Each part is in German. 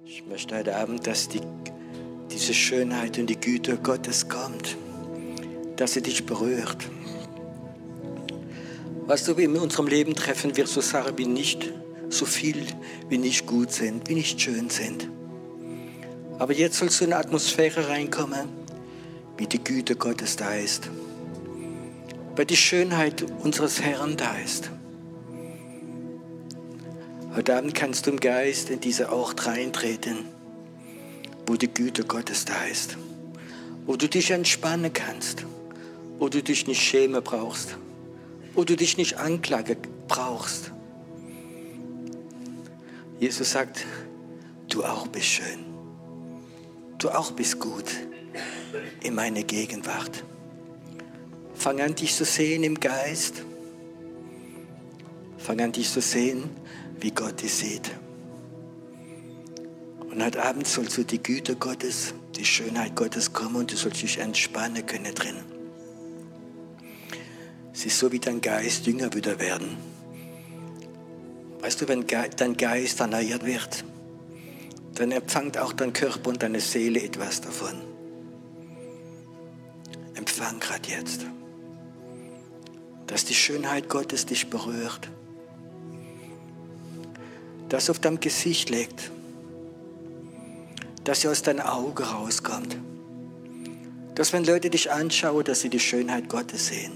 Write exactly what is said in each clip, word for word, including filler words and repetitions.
Ich möchte heute Abend, dass die, diese Schönheit und die Güte Gottes kommt, dass sie dich berührt. Weißt du, wie in unserem Leben treffen wir so Sachen wie nicht so viel, wie nicht gut sind, wie nicht schön sind. Aber jetzt soll so eine Atmosphäre reinkommen, wie die Güte Gottes da ist, weil die Schönheit unseres Herrn da ist. Heute Abend kannst du im Geist in diese Ort reintreten, wo die Güte Gottes da ist, wo du dich entspannen kannst, wo du dich nicht schämen brauchst, wo du dich nicht anklagen brauchst. Jesus sagt, du auch bist schön, du auch bist gut in meiner Gegenwart. Fang an, dich zu sehen im Geist, fang an, dich zu sehen, wie Gott dich sieht. Und heute Abend sollst du die Güte Gottes, die Schönheit Gottes kommen und du sollst dich entspannen können drin. Es ist so, wie dein Geist jünger wieder werden. Weißt du, wenn dein Geist erneuert wird, dann empfängt auch dein Körper und deine Seele etwas davon. Empfang gerade jetzt, dass die Schönheit Gottes dich berührt, dass sie auf deinem Gesicht liegt, dass sie aus deinem Auge rauskommt, dass wenn Leute dich anschauen, dass sie die Schönheit Gottes sehen.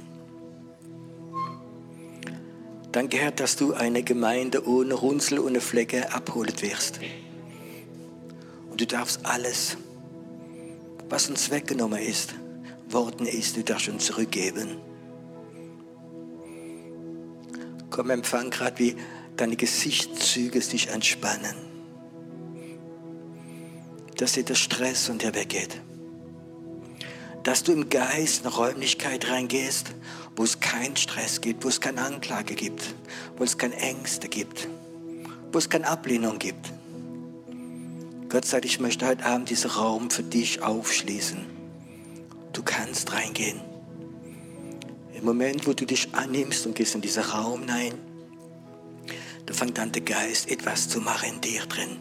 Danke, Herr, dass du eine Gemeinde ohne Runzel, ohne Flecke abholen wirst. Und du darfst alles, was uns weggenommen ist, worden ist, du darfst uns zurückgeben. Komm, empfang gerade, wie deine Gesichtszüge sich entspannen. Dass dir der Stress von dir weggeht. Dass du im Geist in eine Räumlichkeit reingehst, wo es keinen Stress gibt, wo es keine Anklage gibt, wo es keine Ängste gibt, wo es keine Ablehnung gibt. Gott sagt, ich möchte heute Abend diesen Raum für dich aufschließen. Du kannst reingehen. Im Moment, wo du dich annimmst und gehst in diesen Raum hinein, da fängt dann der Geist etwas zu machen in dir drin.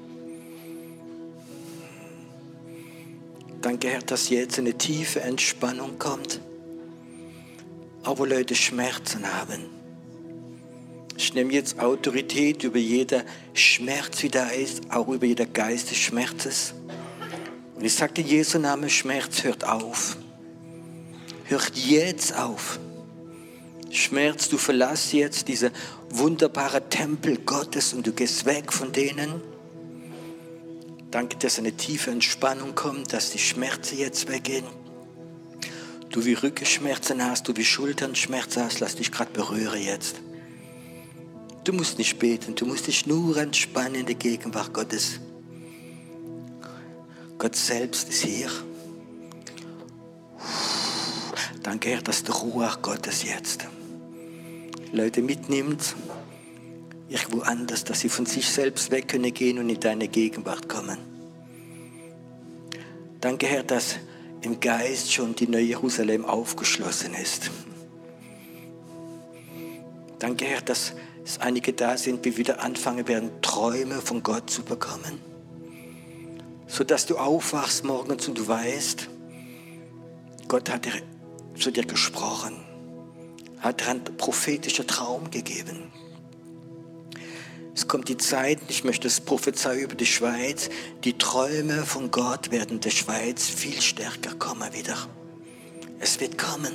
Danke, Herr, dass jetzt eine tiefe Entspannung kommt, auch wo Leute Schmerzen haben. Ich nehme jetzt Autorität über jeden Schmerz, wie da ist, auch über jeden Geist des Schmerzes. Und ich sage in Jesu Namen, Schmerz hört auf. Hört jetzt auf. Schmerz, du verlässt jetzt diesen wunderbaren Tempel Gottes und du gehst weg von denen. Danke, dass eine tiefe Entspannung kommt, dass die Schmerzen jetzt weggehen. Du wie Rückenschmerzen hast, du wie Schulternschmerzen hast, lass dich gerade berühren jetzt. Du musst nicht beten, du musst dich nur entspannen in der Gegenwart Gottes. Gott selbst ist hier. Danke, Herr, dass der Ruach Gottes jetzt Leute mitnimmt, irgendwo anders, dass sie von sich selbst weg können gehen und in deine Gegenwart kommen. Danke, Herr, dass im Geist schon die neue Jerusalem aufgeschlossen ist. Danke, Herr, dass es einige da sind, die wieder anfangen werden, Träume von Gott zu bekommen. Sodass du aufwachst morgens und du weißt, Gott hat dir, zu dir gesprochen, hat dir einen prophetischen Traum gegeben. Es kommt die Zeit, ich möchte es prophezeien über die Schweiz, die Träume von Gott werden in der Schweiz viel stärker kommen wieder. Es wird kommen.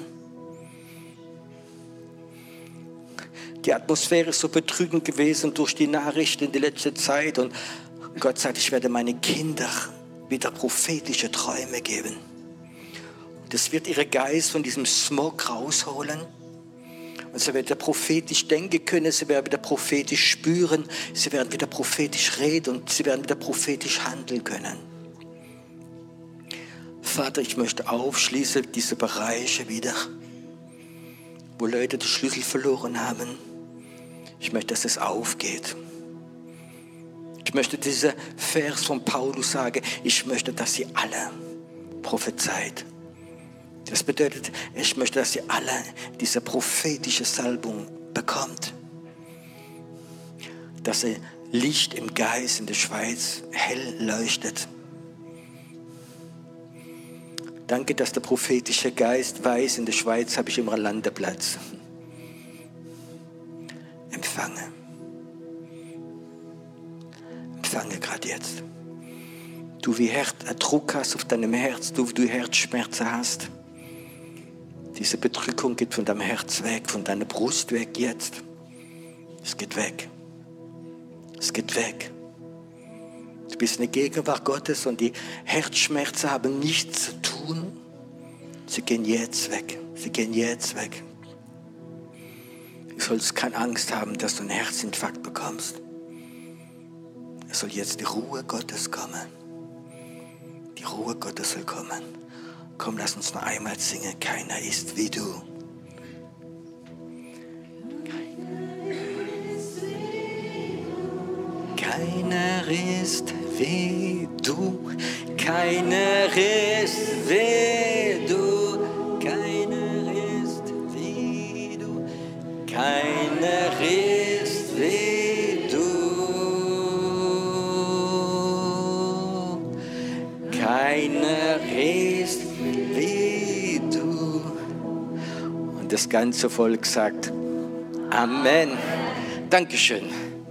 Die Atmosphäre ist so bedrückend gewesen durch die Nachrichten in der letzten Zeit und Gott sagt, ich werde meinen Kindern wieder prophetische Träume geben. Das wird ihren Geist von diesem Smog rausholen. Und sie werden wieder prophetisch denken können, sie werden wieder prophetisch spüren, sie werden wieder prophetisch reden und sie werden wieder prophetisch handeln können. Vater, ich möchte aufschließen diese Bereiche wieder, wo Leute den Schlüssel verloren haben. Ich möchte, dass es aufgeht. Ich möchte diesen Vers von Paulus sagen, ich möchte, dass sie alle prophezeit. Das bedeutet, ich möchte, dass ihr alle diese prophetische Salbung bekommt. Dass ihr Licht im Geist in der Schweiz hell leuchtet. Danke, dass der prophetische Geist weiß, in der Schweiz habe ich immer einen Landeplatz. Empfange. Empfange gerade jetzt. Du wie Herd, einen Druck hast auf deinem Herz, du wie du Herzschmerzen hast. Diese Bedrückung geht von deinem Herz weg, von deiner Brust weg jetzt. Es geht weg. Es geht weg. Du bist in der Gegenwart Gottes und die Herzschmerzen haben nichts zu tun. Sie gehen jetzt weg. Sie gehen jetzt weg. Du sollst keine Angst haben, dass du einen Herzinfarkt bekommst. Es soll jetzt die Ruhe Gottes kommen. Die Ruhe Gottes soll kommen. Komm, lass uns noch einmal singen. Keiner ist wie du. Keiner ist wie du. Keiner ist wie du. Keiner ist wie du. Keiner ist wie du. Keiner ist wie du. Und das ganze Volk sagt Amen. Dankeschön.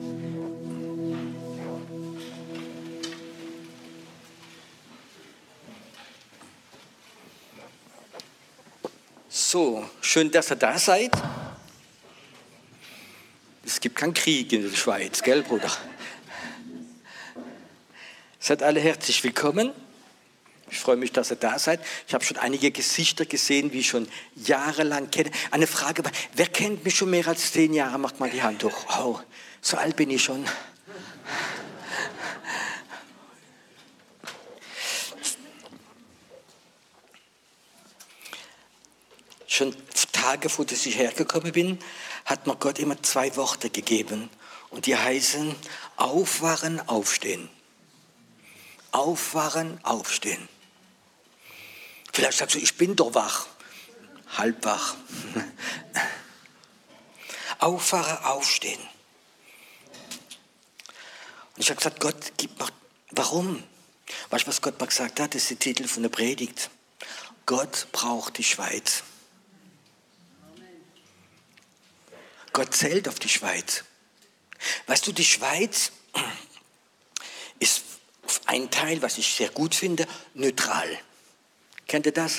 So, schön, dass ihr da seid. Es gibt keinen Krieg in der Schweiz, gell, Bruder? Seid alle herzlich willkommen. Ich freue mich, dass ihr da seid. Ich habe schon einige Gesichter gesehen, die ich schon jahrelang kenne. Eine Frage, wer kennt mich schon mehr als zehn Jahre? Macht mal die Hand hoch. Oh, so alt bin ich schon. Schon Tage, vor dass ich hergekommen bin, hat mir Gott immer zwei Worte gegeben. Und die heißen Aufwachen, Aufstehen. Aufwachen, Aufstehen. Vielleicht sagst du, ich bin doch wach. Halb wach. Aufwachen, Aufstehen. Und ich habe gesagt, Gott, gib mir, warum? Weißt du, was Gott mal gesagt hat? Das ist der Titel von der Predigt. Gott braucht die Schweiz. Gott zählt auf die Schweiz. Weißt du, die Schweiz ist auf einen Teil, was ich sehr gut finde, neutral. Kennt ihr das?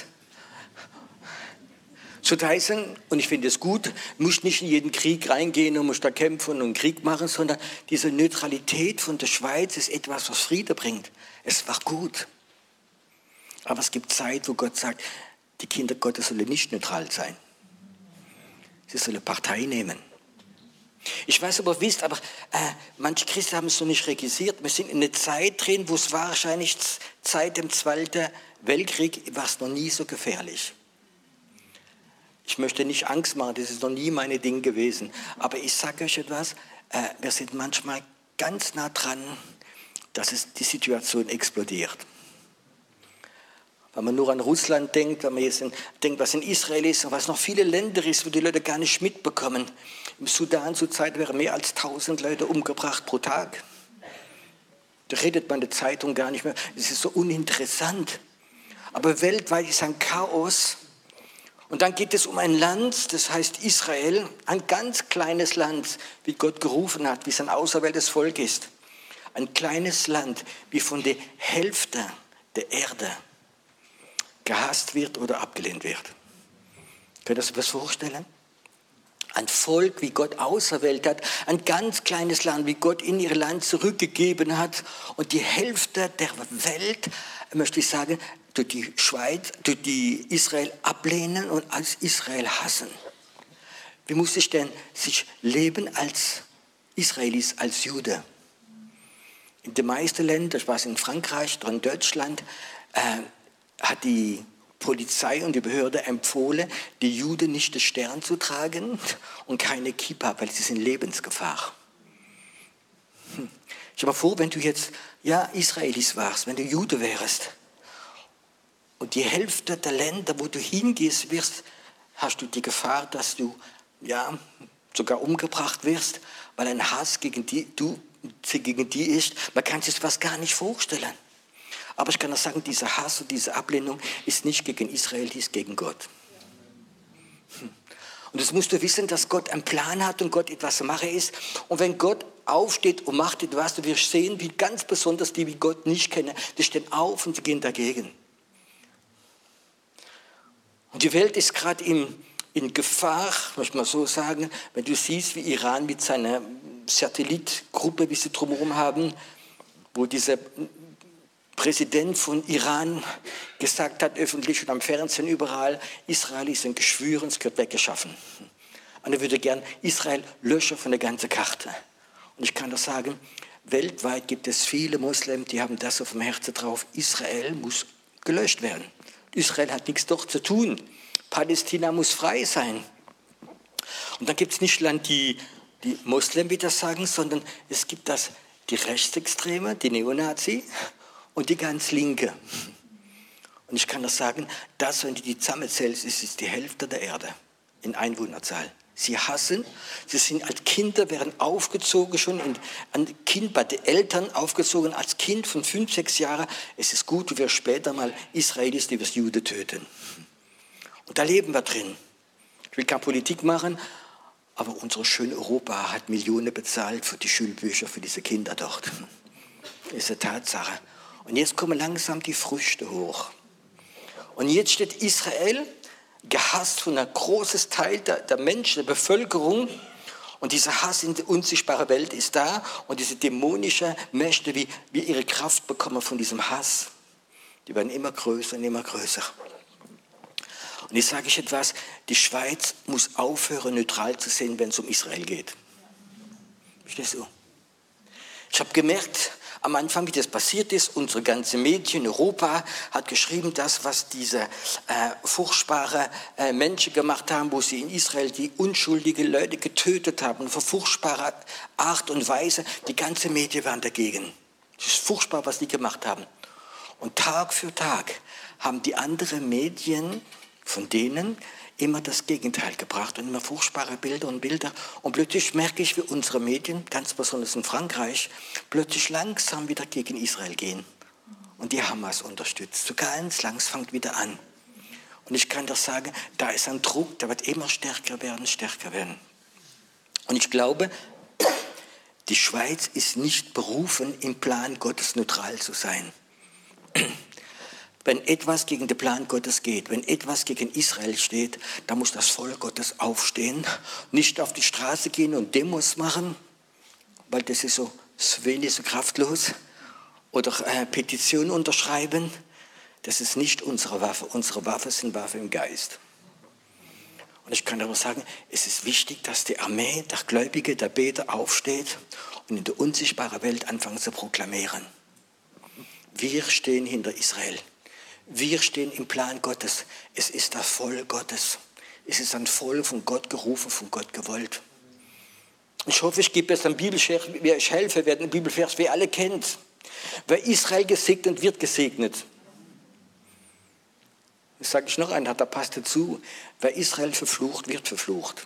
So heißen, und ich finde es gut, muss nicht in jeden Krieg reingehen und muss da kämpfen und einen Krieg machen, sondern diese Neutralität von der Schweiz ist etwas, was Friede bringt. Es war gut. Aber es gibt Zeit, wo Gott sagt, die Kinder Gottes sollen nicht neutral sein. Sie sollen Partei nehmen. Ich weiß aber, wisst, aber äh, manche Christen haben es noch nicht registriert. Wir sind in einer Zeit drin, wo es wahrscheinlich seit dem Zweiten Weltkrieg war es noch nie so gefährlich. Ich möchte nicht Angst machen, das ist noch nie meine Ding gewesen. Aber ich sage euch etwas, äh, wir sind manchmal ganz nah dran, dass es die Situation explodiert. Wenn man nur an Russland denkt, wenn man jetzt denkt, was in Israel ist und was noch viele Länder ist, wo die Leute gar nicht mitbekommen. Im Sudan zurzeit wären mehr als tausend Leute umgebracht pro Tag. Da redet man in der Zeitung gar nicht mehr. Das ist so uninteressant. Aber weltweit ist ein Chaos. Und dann geht es um ein Land, das heißt Israel, ein ganz kleines Land, wie Gott gerufen hat, wie es ein auserwähltes Volk ist. Ein kleines Land, wie von der Hälfte der Erde gehasst wird oder abgelehnt wird. Könnt ihr euch das vorstellen? Ein Volk, wie Gott auserwählt hat, ein ganz kleines Land, wie Gott in ihr Land zurückgegeben hat und die Hälfte der Welt, möchte ich sagen, durch die Schweiz, durch die Israel ablehnen und als Israel hassen. Wie muss ich denn sich leben als Israelis, als Jude? In den meisten Ländern, ich war in Frankreich oder in Deutschland, äh, hat die Polizei und die Behörde empfohlen, die Juden nicht den Stern zu tragen und keine Kippa, weil sie sind in Lebensgefahr. Hm. Ich stell mir vor, wenn du jetzt ja, Israelis warst, wenn du Jude wärst und die Hälfte der Länder, wo du hingehst wirst, hast du die Gefahr, dass du ja, sogar umgebracht wirst, weil ein Hass gegen die du sie gegen die ist, man kann sich das gar nicht vorstellen. Aber ich kann auch sagen, dieser Hass und diese Ablehnung ist nicht gegen Israel, die ist gegen Gott. Und das musst du wissen, dass Gott einen Plan hat und Gott etwas mache ist. Und wenn Gott aufsteht und macht etwas, du wirst sehen, wie ganz besonders die, die Gott nicht kennen, die stehen auf und sie gehen dagegen. Und die Welt ist gerade in, in Gefahr, muss ich mal so sagen, wenn du siehst, wie Iran mit seiner Satellitgruppe, wie sie drumherum haben, wo dieser Präsident von Iran gesagt hat, öffentlich und am Fernsehen überall, Israel ist ein Geschwür und es gehört weggeschaffen. Und er würde gern Israel löschen von der ganzen Karte. Und ich kann das sagen, weltweit gibt es viele Moslems, die haben das auf dem Herzen drauf, Israel muss gelöscht werden. Israel hat nichts dort zu tun. Palästina muss frei sein. Und dann gibt es nicht nur die, die Moslems, die das sagen, sondern es gibt das, die Rechtsextreme, die Neonazi und die ganz Linke. Und ich kann das sagen, das, wenn du die zusammenzählst, ist, ist die Hälfte der Erde in Einwohnerzahl. Sie hassen, sie sind als Kinder, werden aufgezogen schon, in, ein Kind bei den Eltern aufgezogen, als Kind von fünf, sechs Jahren. Es ist gut, du wirst später mal Israelis, die wirst Juden töten. Und da leben wir drin. Ich will keine Politik machen, aber unser schönes Europa hat Millionen bezahlt für die Schulbücher für diese Kinder dort. Das ist eine Tatsache. Und jetzt kommen langsam die Früchte hoch. Und jetzt steht Israel gehasst von einem großen Teil der, der Menschen, der Bevölkerung. Und dieser Hass in der unsichtbaren Welt ist da. Und diese dämonischen Mächte, wie, wie ihre Kraft bekommen von diesem Hass, die werden immer größer und immer größer. Und jetzt sage ich etwas, die Schweiz muss aufhören, neutral zu sehen, wenn es um Israel geht. Verstehst du? Ich habe gemerkt, am Anfang, wie das passiert ist, unsere ganze Medien in Europa hat geschrieben, das, was diese äh, furchtbare äh, Menschen gemacht haben, wo sie in Israel die unschuldigen Leute getötet haben, auf furchtbare Art und Weise, die ganze Medien waren dagegen. Es ist furchtbar, was die gemacht haben. Und Tag für Tag haben die anderen Medien von denen immer das Gegenteil gebracht und immer furchtbare Bilder und Bilder. Und plötzlich merke ich, wie unsere Medien, ganz besonders in Frankreich, plötzlich langsam wieder gegen Israel gehen und die Hamas unterstützt. So ganz langsam fängt wieder an. Und ich kann das sagen, da ist ein Druck, der wird immer stärker werden, stärker werden. Und ich glaube, die Schweiz ist nicht berufen, im Plan Gottes neutral zu sein. Wenn etwas gegen den Plan Gottes geht, wenn etwas gegen Israel steht, dann muss das Volk Gottes aufstehen, nicht auf die Straße gehen und Demos machen, weil das ist so, so wenig, so kraftlos, oder äh, Petitionen unterschreiben. Das ist nicht unsere Waffe. Unsere Waffe sind Waffen im Geist. Und ich kann aber sagen, es ist wichtig, dass die Armee, der Gläubige, der Beter aufsteht und in der unsichtbaren Welt anfangen zu proklamieren. Wir stehen hinter Israel. Wir stehen im Plan Gottes. Es ist das Volk Gottes. Es ist ein Volk von Gott gerufen, von Gott gewollt. Ich hoffe, ich gebe jetzt einen Bibelvers, wie ich helfe, werden einen Bibelvers, wer alle kennt. Wer Israel gesegnet, wird gesegnet. Das sage ich noch einen, da passt dazu. Wer Israel verflucht, wird verflucht.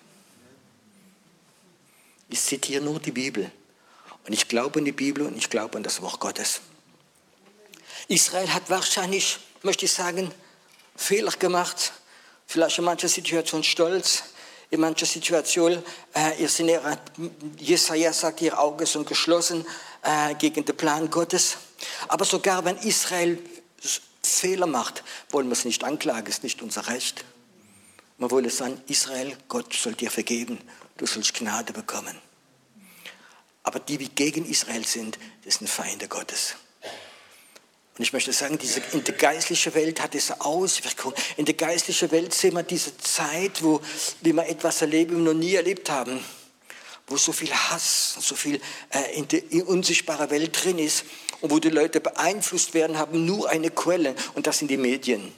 Ich zitiere nur die Bibel. Und ich glaube an die Bibel und ich glaube an das Wort Gottes. Israel hat wahrscheinlich, möchte ich sagen, Fehler gemacht, vielleicht in mancher Situation stolz, in mancher Situation, äh, ihr sind ihre, Jesaja sagt, ihre Augen sind geschlossen äh, gegen den Plan Gottes. Aber sogar wenn Israel Fehler macht, wollen wir es nicht anklagen, ist nicht unser Recht. Man wollte sagen, Israel, Gott soll dir vergeben, du sollst Gnade bekommen. Aber die, die gegen Israel sind, das sind Feinde Gottes. Und ich möchte sagen, diese, in der geistlichen Welt hat diese Auswirkung. In der geistlichen Welt sehen wir diese Zeit, wo wir etwas erleben, was wir noch nie erlebt haben. Wo so viel Hass, so viel äh, in der unsichtbaren Welt drin ist. Und wo die Leute beeinflusst werden, haben nur eine Quelle. Und das sind die Medien.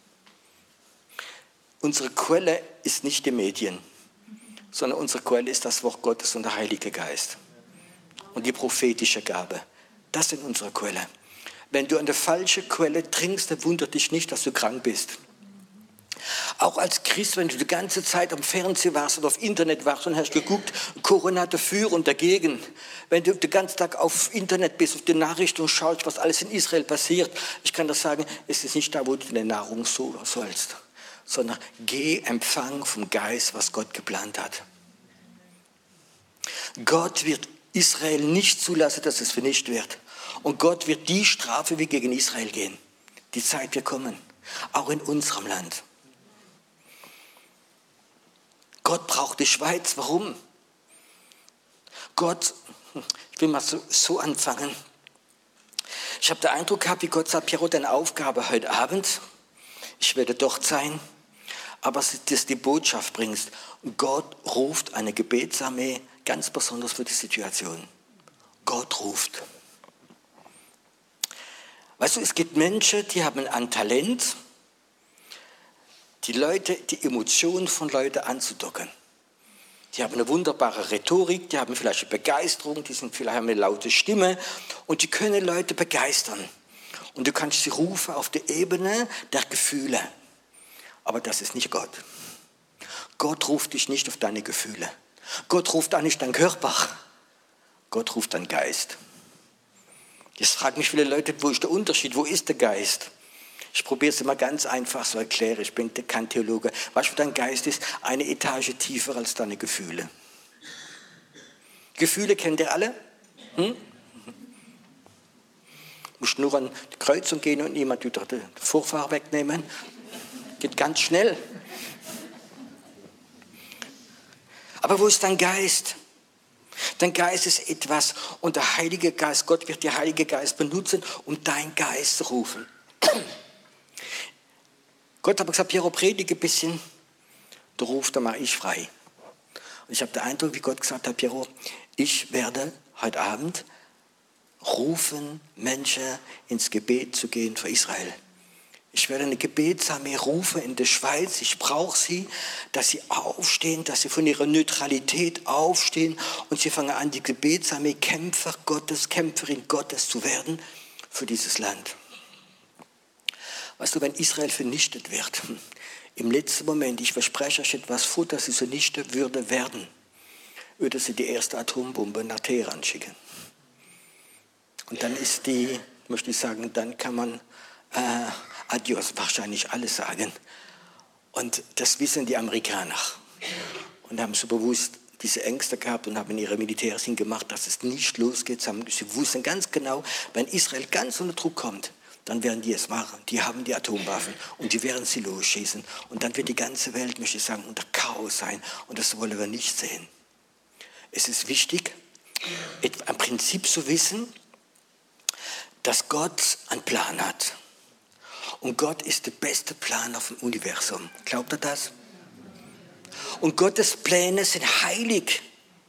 Unsere Quelle ist nicht die Medien, sondern unsere Quelle ist das Wort Gottes und der Heilige Geist. Und die prophetische Gabe. Das sind unsere Quelle. Wenn du an der falschen Quelle trinkst, dann wundert dich nicht, dass du krank bist. Auch als Christ, wenn du die ganze Zeit am Fernsehen warst oder auf Internet warst und hast geguckt, Corona dafür und dagegen. Wenn du den ganzen Tag auf Internet bist, auf die Nachrichten und schaust, was alles in Israel passiert, ich kann das sagen, es ist nicht da, wo du deine Nahrung suchen sollst, sondern geh, empfang vom Geist, was Gott geplant hat. Gott wird Israel nicht zulassen, dass es vernichtet wird. Und Gott wird die Strafe wie gegen Israel gehen. Die Zeit wird kommen, auch in unserem Land. Gott braucht die Schweiz. Warum? Gott, ich will mal so, so anfangen. Ich habe den Eindruck gehabt, wie Gott sagt, Piero, deine Aufgabe heute Abend, ich werde dort sein, aber dass du die Botschaft bringst. Gott ruft eine Gebetsarmee ganz besonders für die Situation. Gott ruft. Weißt du, es gibt Menschen, die haben ein Talent, die Leute, die Emotionen von Leuten anzudocken. Die haben eine wunderbare Rhetorik, die haben vielleicht eine Begeisterung, die sind vielleicht haben eine laute Stimme und die können Leute begeistern. Und du kannst sie rufen auf der Ebene der Gefühle. Aber das ist nicht Gott. Gott ruft dich nicht auf deine Gefühle. Gott ruft auch nicht deinen Körper. Gott ruft deinen Geist. Jetzt fragen mich viele Leute, wo ist der Unterschied? Wo ist der Geist? Ich probiere es immer ganz einfach zu erklären. Ich bin kein Theologe. Weißt du, dein Geist ist eine Etage tiefer als deine Gefühle. Gefühle kennt ihr alle? Hm? Du musst nur an die Kreuzung gehen und niemand wieder den Vorfahrer wegnehmen. Geht ganz schnell. Aber wo ist dein Geist? Dein Geist ist etwas und der Heilige Geist, Gott wird den Heiligen Geist benutzen, um deinen Geist zu rufen. Gott hat gesagt, Piero, predige ein bisschen, da ruft er mal ich frei. Und ich habe den Eindruck, wie Gott gesagt hat, Piero, ich werde heute Abend rufen, Menschen ins Gebet zu gehen für Israel. Ich werde eine Gebetsarmee rufen in der Schweiz. Ich brauche sie, dass sie aufstehen, dass sie von ihrer Neutralität aufstehen und sie fangen an, die Gebetsarmee Kämpfer Gottes, Kämpferin Gottes zu werden für dieses Land. Weißt du, wenn Israel vernichtet wird, im letzten Moment, ich verspreche euch etwas vor, dass sie vernichtet würde werden, würde sie die erste Atombombe nach Teheran schicken. Und dann ist die, möchte ich sagen, dann kann man äh, Adios wahrscheinlich alles sagen. Und das wissen die Amerikaner. Und haben so bewusst diese Ängste gehabt und haben ihre Militärs hingemacht, dass es nicht losgeht. Sie wussten ganz genau, wenn Israel ganz unter Druck kommt, dann werden die es machen. Die haben die Atomwaffen und die werden sie losschießen. Und dann wird die ganze Welt, möchte ich sagen, unter Chaos sein. Und das wollen wir nicht sehen. Es ist wichtig, ein Prinzip zu wissen, dass Gott einen Plan hat. Und Gott ist der beste Plan auf dem Universum. Glaubt ihr das? Und Gottes Pläne sind heilig.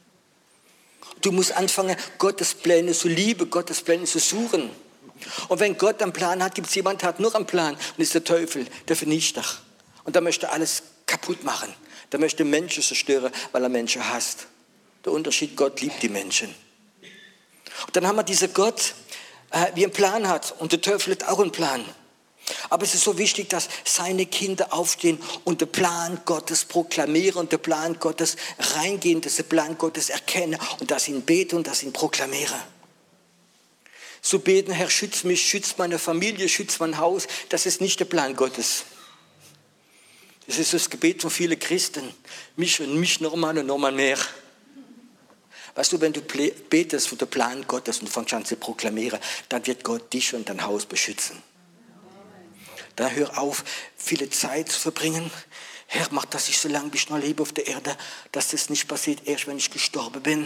Du musst anfangen, Gottes Pläne zu lieben, Gottes Pläne zu suchen. Und wenn Gott einen Plan hat, gibt es jemanden, der hat nur einen Plan. Und das ist der Teufel, der Vernichter. Und der möchte alles kaputt machen. Der möchte Menschen zerstören, weil er Menschen hasst. Der Unterschied, Gott liebt die Menschen. Und dann haben wir diesen Gott, äh, wie einen Plan hat. Und der Teufel hat auch einen Plan. Aber es ist so wichtig, dass seine Kinder aufstehen und den Plan Gottes proklamieren und den Plan Gottes reingehen, dass sie den Plan Gottes erkennen und dass sie ihn beten und dass sie ihn proklamieren. So beten, Herr, schütz mich, schütz meine Familie, schütz mein Haus, das ist nicht der Plan Gottes. Das ist das Gebet von vielen Christen. Mich und mich nochmal und nochmal mehr. Weißt du, wenn du betest für den Plan Gottes und fängst an zu proklamieren, dann wird Gott dich und dein Haus beschützen. Dann hör auf, viele Zeit zu verbringen. Herr, mach, dass ich so lange bis ich noch lebe auf der Erde, dass das nicht passiert, erst wenn ich gestorben bin.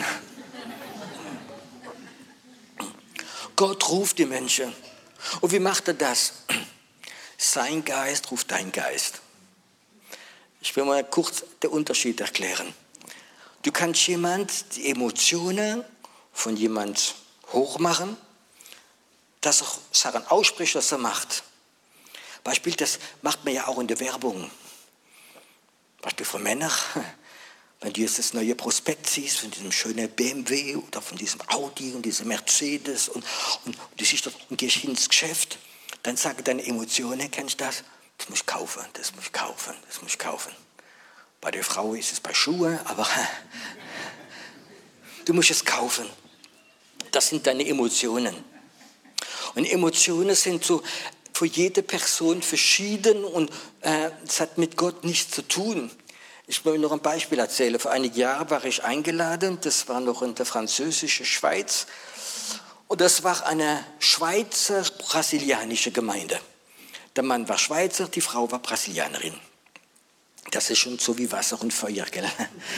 Gott ruft die Menschen. Und wie macht er das? Sein Geist ruft dein Geist. Ich will mal kurz den Unterschied erklären. Du kannst jemand die Emotionen von jemand hochmachen, dass er Sachen ausspricht, was er macht. Beispiel, das macht man ja auch in der Werbung. Beispiel von Männern. Wenn du jetzt das neue Prospekt siehst, von diesem schönen B M W oder von diesem Audi und diesem Mercedes und, und, und du siehst dort und gehst ins Geschäft, dann sagen deine Emotionen, kennst du das? das muss ich kaufen, das muss ich kaufen, das muss ich kaufen. Bei der Frau ist es bei Schuhen, aber du musst es kaufen. Das sind deine Emotionen. Und Emotionen sind so für jede Person verschieden und äh, es hat mit Gott nichts zu tun. Ich will noch ein Beispiel erzählen. Vor einigen Jahren war ich eingeladen, das war noch in der französischen Schweiz. Und das war eine Schweizer-brasilianische Gemeinde. Der Mann war Schweizer, die Frau war Brasilianerin. Das ist schon so wie Wasser und Feuer, gell?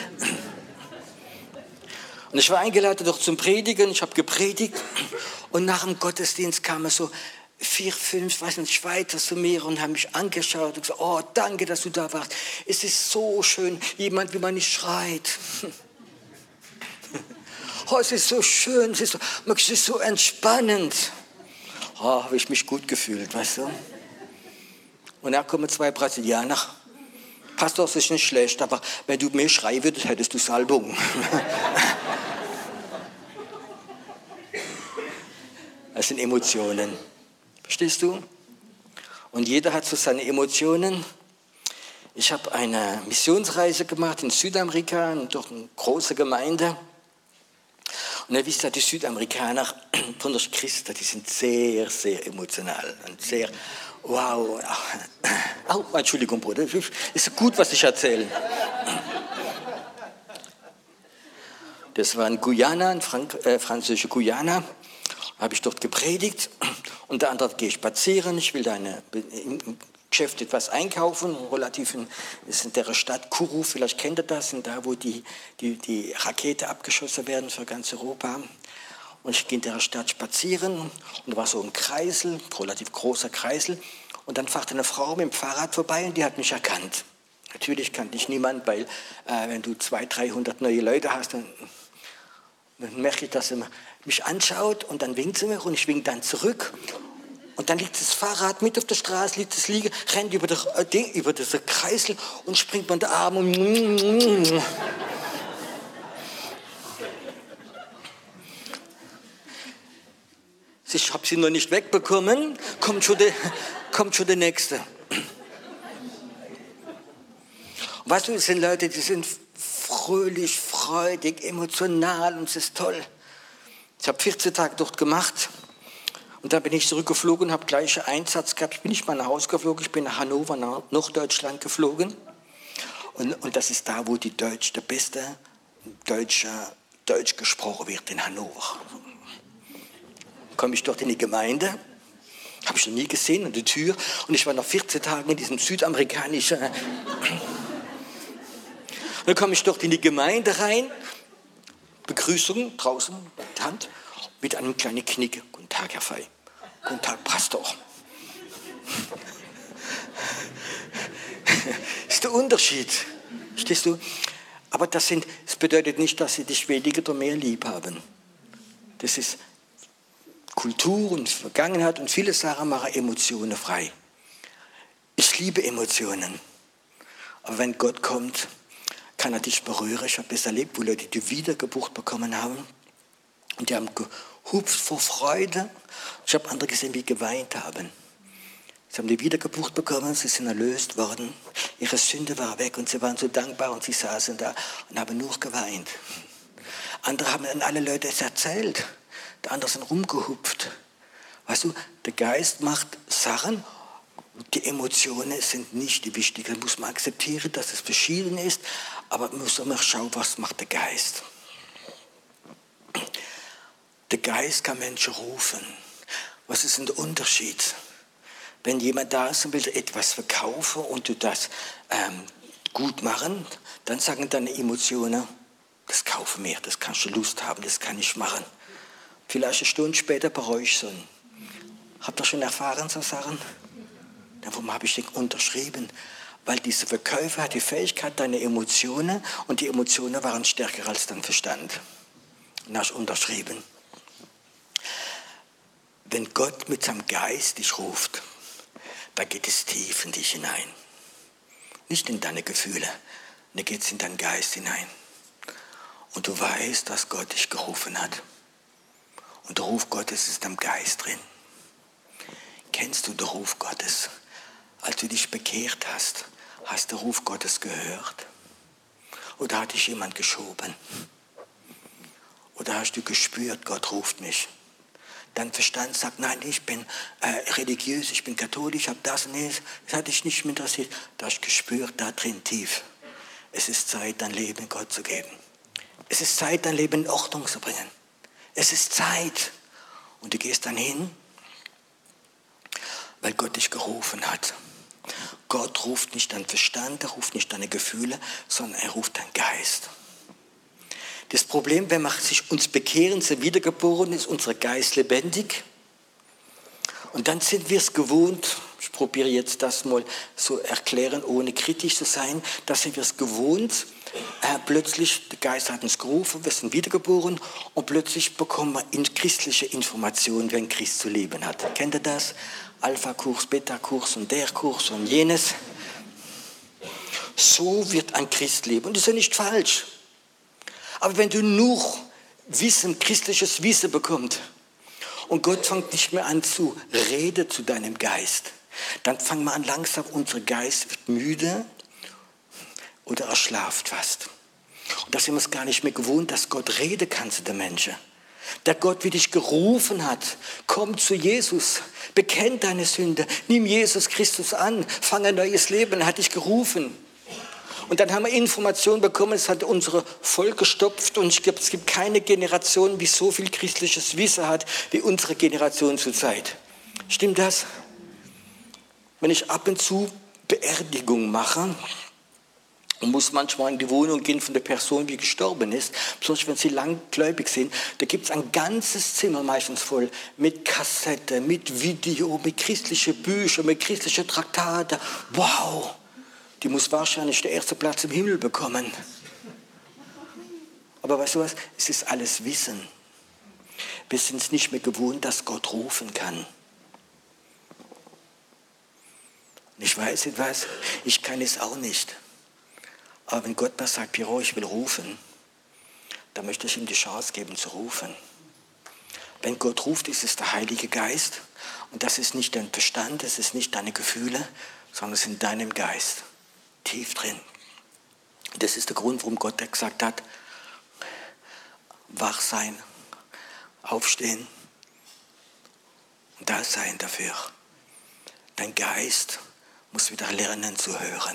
Und ich war eingeladen dort zum Predigen, ich habe gepredigt und nach dem Gottesdienst kamen so vier, fünf, weiß nicht, Schweizer zu mir und haben mich angeschaut und gesagt, oh, danke, dass du da warst. Es ist so schön, jemand, wie man nicht schreit. Oh, es ist so schön, es ist so, es ist so entspannend. Oh, habe ich mich gut gefühlt, weißt du. Und da kommen zwei Brasilianer. Pastor, das ist nicht schlecht, aber wenn du mehr schreien würdest, hättest du Salbung. Das sind Emotionen. Verstehst du? Und jeder hat so seine Emotionen. Ich habe eine Missionsreise gemacht in Südamerika, durch eine große Gemeinde. Und ihr wisst ja, die Südamerikaner, besonders Christen, die sind sehr, sehr emotional und sehr, wow. Oh, Entschuldigung, Bruder, ist gut, was ich erzähle. Das war in Guyana, in Frank äh, französische Guyana. Habe ich dort gepredigt. Unter anderem gehe ich spazieren. Ich will da eine, im Geschäft etwas einkaufen. Relativ in, ist in der Stadt Kourou, vielleicht kennt ihr das, sind da, wo die, die, die Raketen abgeschossen werden für ganz Europa. Und ich gehe in der Stadt spazieren und da war so ein Kreisel, relativ großer Kreisel. Und dann fährt eine Frau mit dem Fahrrad vorbei und die hat mich erkannt. Natürlich kannte ich niemand, weil äh, wenn du zweihundert, dreihundert neue Leute hast, dann, dann merke ich, dass sie mich anschaut und dann winkt sie mir und ich winke dann zurück. Und dann liegt das Fahrrad mit auf der Straße, liegt es liegen, rennt über den äh, über diesen Kreisel und springt mir in den Arm und ich habe sie noch nicht wegbekommen, kommt schon der, kommt schon der Nächste. Und weißt du, es sind Leute, die sind fröhlich, freudig, emotional und es ist toll. Ich habe vierzehn Tage dort gemacht und dann bin ich zurückgeflogen, habe gleich einen Einsatz gehabt. Ich bin nicht mal nach Hause geflogen, ich bin nach Hannover, nach Norddeutschland geflogen. Und, und das ist da, wo die Deutsch, der beste Deutsche, Deutsch gesprochen wird, in Hannover. Komme ich dort in die Gemeinde, habe ich noch nie gesehen, an der Tür. Und ich war nach vierzehn Tagen in diesem südamerikanischen... Dann komme ich dort in die Gemeinde rein, Begrüßung draußen, mit Hand, mit einem kleinen Knick. Guten Tag, Herr Fey. Guten Tag, Pastor. Das ist der Unterschied. Verstehst du? Aber das, sind, das bedeutet nicht, dass sie dich weniger oder mehr lieb haben. Das ist Kultur und Vergangenheit und viele Sachen machen Emotionen frei. Ich liebe Emotionen. Aber wenn Gott kommt, kann er dich berühren. Ich habe es erlebt, wo Leute die Wiedergeburt bekommen haben. Und die haben gehupft vor Freude. Ich habe andere gesehen, die geweint haben. Sie haben die Wiedergeburt bekommen, sie sind erlöst worden. Ihre Sünde war weg und sie waren so dankbar und sie saßen da und haben nur geweint. Andere haben an alle Leute es erzählt. Die anderen sind rumgehupft. Weißt du, der Geist macht Sachen, die Emotionen sind nicht die wichtigen. Da muss man akzeptieren, dass es verschieden ist, aber man muss immer schauen, was macht der Geist. Der Geist kann Menschen rufen. Was ist denn der Unterschied? Wenn jemand da ist und will etwas verkaufen und du das ähm, gut machen, dann sagen deine Emotionen, das kaufe mir, das kannst du Lust haben, das kann ich machen. Vielleicht eine Stunde später bereue ich so. Habt ihr schon erfahren, so Sachen? Warum habe ich den unterschrieben? Weil dieser Verkäufer hat die Fähigkeit, deine Emotionen, und die Emotionen waren stärker als dein Verstand. Und hast unterschrieben. Wenn Gott mit seinem Geist dich ruft, da geht es tief in dich hinein. Nicht in deine Gefühle, da geht es in deinen Geist hinein. Und du weißt, dass Gott dich gerufen hat. Und der Ruf Gottes ist am Geist drin. Kennst du den Ruf Gottes? als du dich bekehrt hast, hast du Ruf Gottes gehört? Oder hat dich jemand geschoben? Oder hast du gespürt, Gott ruft mich? Dein Verstand sagt, nein, ich bin äh, religiös, ich bin katholisch, ich habe das und das. Das hat dich nicht mehr interessiert. Du hast gespürt, da drin tief. Es ist Zeit, dein Leben Gott zu geben. Es ist Zeit, dein Leben in Ordnung zu bringen. Es ist Zeit. Und du gehst dann hin, weil Gott dich gerufen hat. Gott ruft nicht deinen Verstand, er ruft nicht deine Gefühle, sondern er ruft deinen Geist. Das Problem, wenn wir sich uns bekehren, sind wiedergeboren, ist unser Geist lebendig. Und dann sind wir es gewohnt, ich probiere jetzt das mal so erklären, ohne kritisch zu sein, dass sind wir es gewohnt, äh, plötzlich, der Geist hat uns gerufen, wir sind wiedergeboren und plötzlich bekommen wir in christliche Informationen, wie ein Christ zu leben hat. Kennt ihr das? Alpha-Kurs, Beta-Kurs und der Kurs und jenes. So wird ein Christ leben und das ist ja nicht falsch. Aber wenn du nur Wissen, christliches Wissen bekommst und Gott fängt nicht mehr an zu reden zu deinem Geist, dann fangen wir an langsam, unser Geist wird müde oder erschlaft fast. Und da sind wir es gar nicht mehr gewohnt, dass Gott reden kann zu den Menschen. Der Gott, wie dich gerufen hat, komm zu Jesus, bekenn deine Sünde, nimm Jesus Christus an, fang ein neues Leben, er hat dich gerufen. Und dann haben wir Informationen bekommen, es hat unsere voll gestopft und ich glaube, es gibt keine Generation, die so viel christliches Wissen hat, wie unsere Generation zurzeit. Stimmt das? Wenn ich ab und zu Beerdigung mache und muss manchmal in die Wohnung gehen von der Person, die gestorben ist, besonders wenn sie langgläubig sind, da gibt es ein ganzes Zimmer meistens voll mit Kassette, mit Video, mit christlichen Büchern, mit christlichen Traktaten. Wow! Die muss wahrscheinlich den ersten Platz im Himmel bekommen. Aber weißt du was? Es ist alles Wissen. Wir sind es nicht mehr gewohnt, dass Gott rufen kann. Und ich weiß etwas, ich kann es auch nicht. Aber wenn Gott mir sagt, Piero, ich will rufen, dann möchte ich ihm die Chance geben zu rufen. Wenn Gott ruft, ist es der Heilige Geist. Und das ist nicht dein Verstand, das ist nicht deine Gefühle, sondern es ist in deinem Geist. Tief drin. Das ist der Grund, warum Gott gesagt hat, wach sein, aufstehen und da sein dafür. Dein Geist muss wieder lernen zu hören.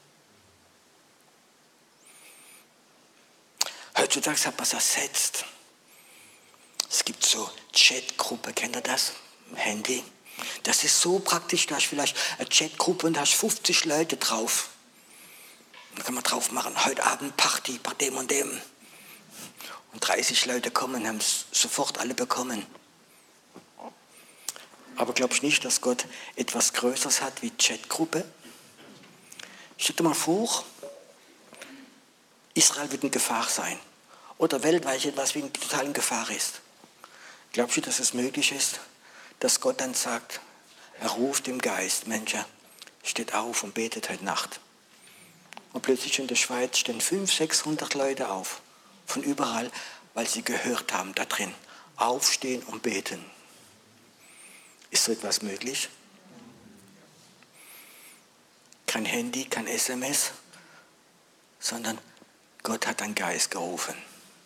Heutzutage hat man es ersetzt. Es gibt so Chatgruppe, kennt ihr das? Im Handy. Das ist so praktisch, da hast du vielleicht eine Chatgruppe und da hast fünfzig Leute drauf. Da kann man drauf machen, heute Abend Party bei dem und dem. Und dreißig Leute kommen, haben es sofort alle bekommen. Aber glaubst du nicht, dass Gott etwas Größeres hat wie Chatgruppe? Stell dir mal vor, Israel wird in Gefahr sein. Oder weltweit etwas wie total in Gefahr ist. Glaubst du, dass es möglich ist, dass Gott dann sagt, er ruft im Geist, Mensch, steht auf und betet heute Nacht. Und plötzlich in der Schweiz stehen fünfhundert, sechshundert Leute auf, von überall, weil sie gehört haben da drin, aufstehen und beten. Ist so etwas möglich? Kein Handy, kein S M S, sondern Gott hat einen Geist gerufen.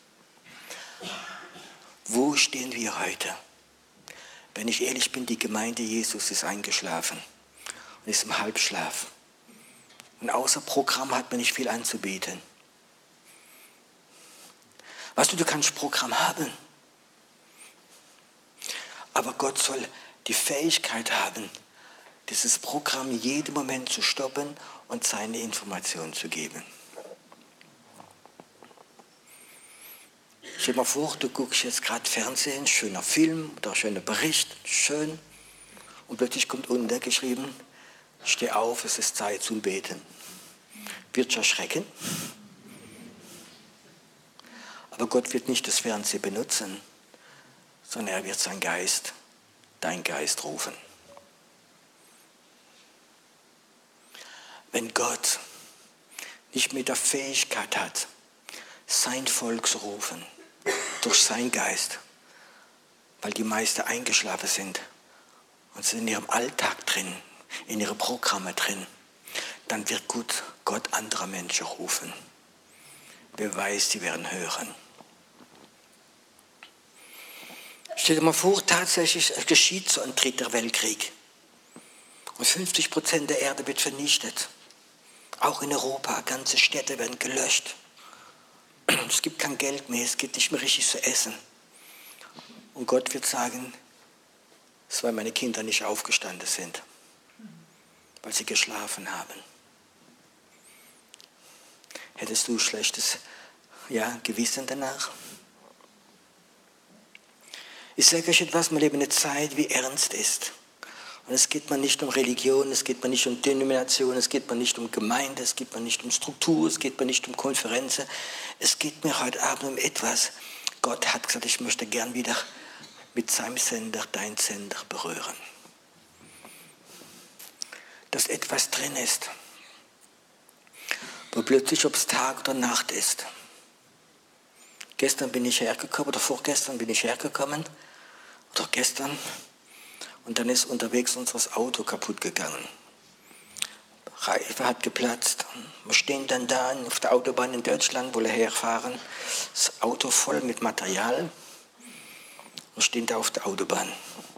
Wo stehen wir heute? Wenn ich ehrlich bin, die Gemeinde Jesus ist eingeschlafen und ist im Halbschlaf. Und außer Programm hat man nicht viel anzubieten. Weißt du, du kannst Programm haben. Aber Gott soll die Fähigkeit haben, dieses Programm jeden Moment zu stoppen und seine Informationen zu geben. Stell dir mal vor, du guckst jetzt gerade Fernsehen, schöner Film oder schöner Bericht, schön. Und plötzlich kommt unten geschrieben, steh auf, es ist Zeit zum Beten. Wird schon erschrecken. Aber Gott wird nicht das Fernsehen benutzen, sondern er wird seinen Geist, dein Geist rufen. Wenn Gott nicht mit der Fähigkeit hat, sein Volk zu rufen, durch seinen Geist, weil die meisten eingeschlafen sind und sind in ihrem Alltag drin, in ihre Programme drin, dann wird gut Gott andere Menschen rufen. Wer weiß, die werden hören. Stell dir mal vor, tatsächlich es geschieht so ein dritter Weltkrieg. Und fünfzig Prozent der Erde wird vernichtet. Auch in Europa, ganze Städte werden gelöscht. Es gibt kein Geld mehr, es gibt nicht mehr richtig zu essen. Und Gott wird sagen, es ist, weil meine Kinder nicht aufgestanden sind, weil sie geschlafen haben. Hättest du schlechtes ja, Gewissen danach? Ich sage euch etwas, wir leben in einer Zeit, wie ernst ist. Und es geht mir nicht um Religion, es geht mir nicht um Denomination, es geht mir nicht um Gemeinde, es geht mir nicht um Struktur, es geht mir nicht um Konferenzen. Es geht mir heute Abend um etwas. Gott hat gesagt, ich möchte gern wieder mit seinem Sender dein Sender berühren. Dass etwas drin ist, wo plötzlich, ob es Tag oder Nacht ist. Gestern bin ich hergekommen, oder vorgestern bin ich hergekommen, oder gestern, und dann ist unterwegs unser Auto kaputt gegangen. Reife hat geplatzt. Wir stehen dann da auf der Autobahn in Deutschland, wo wir herfahren, das Auto voll mit Material. Wir stehen da auf der Autobahn.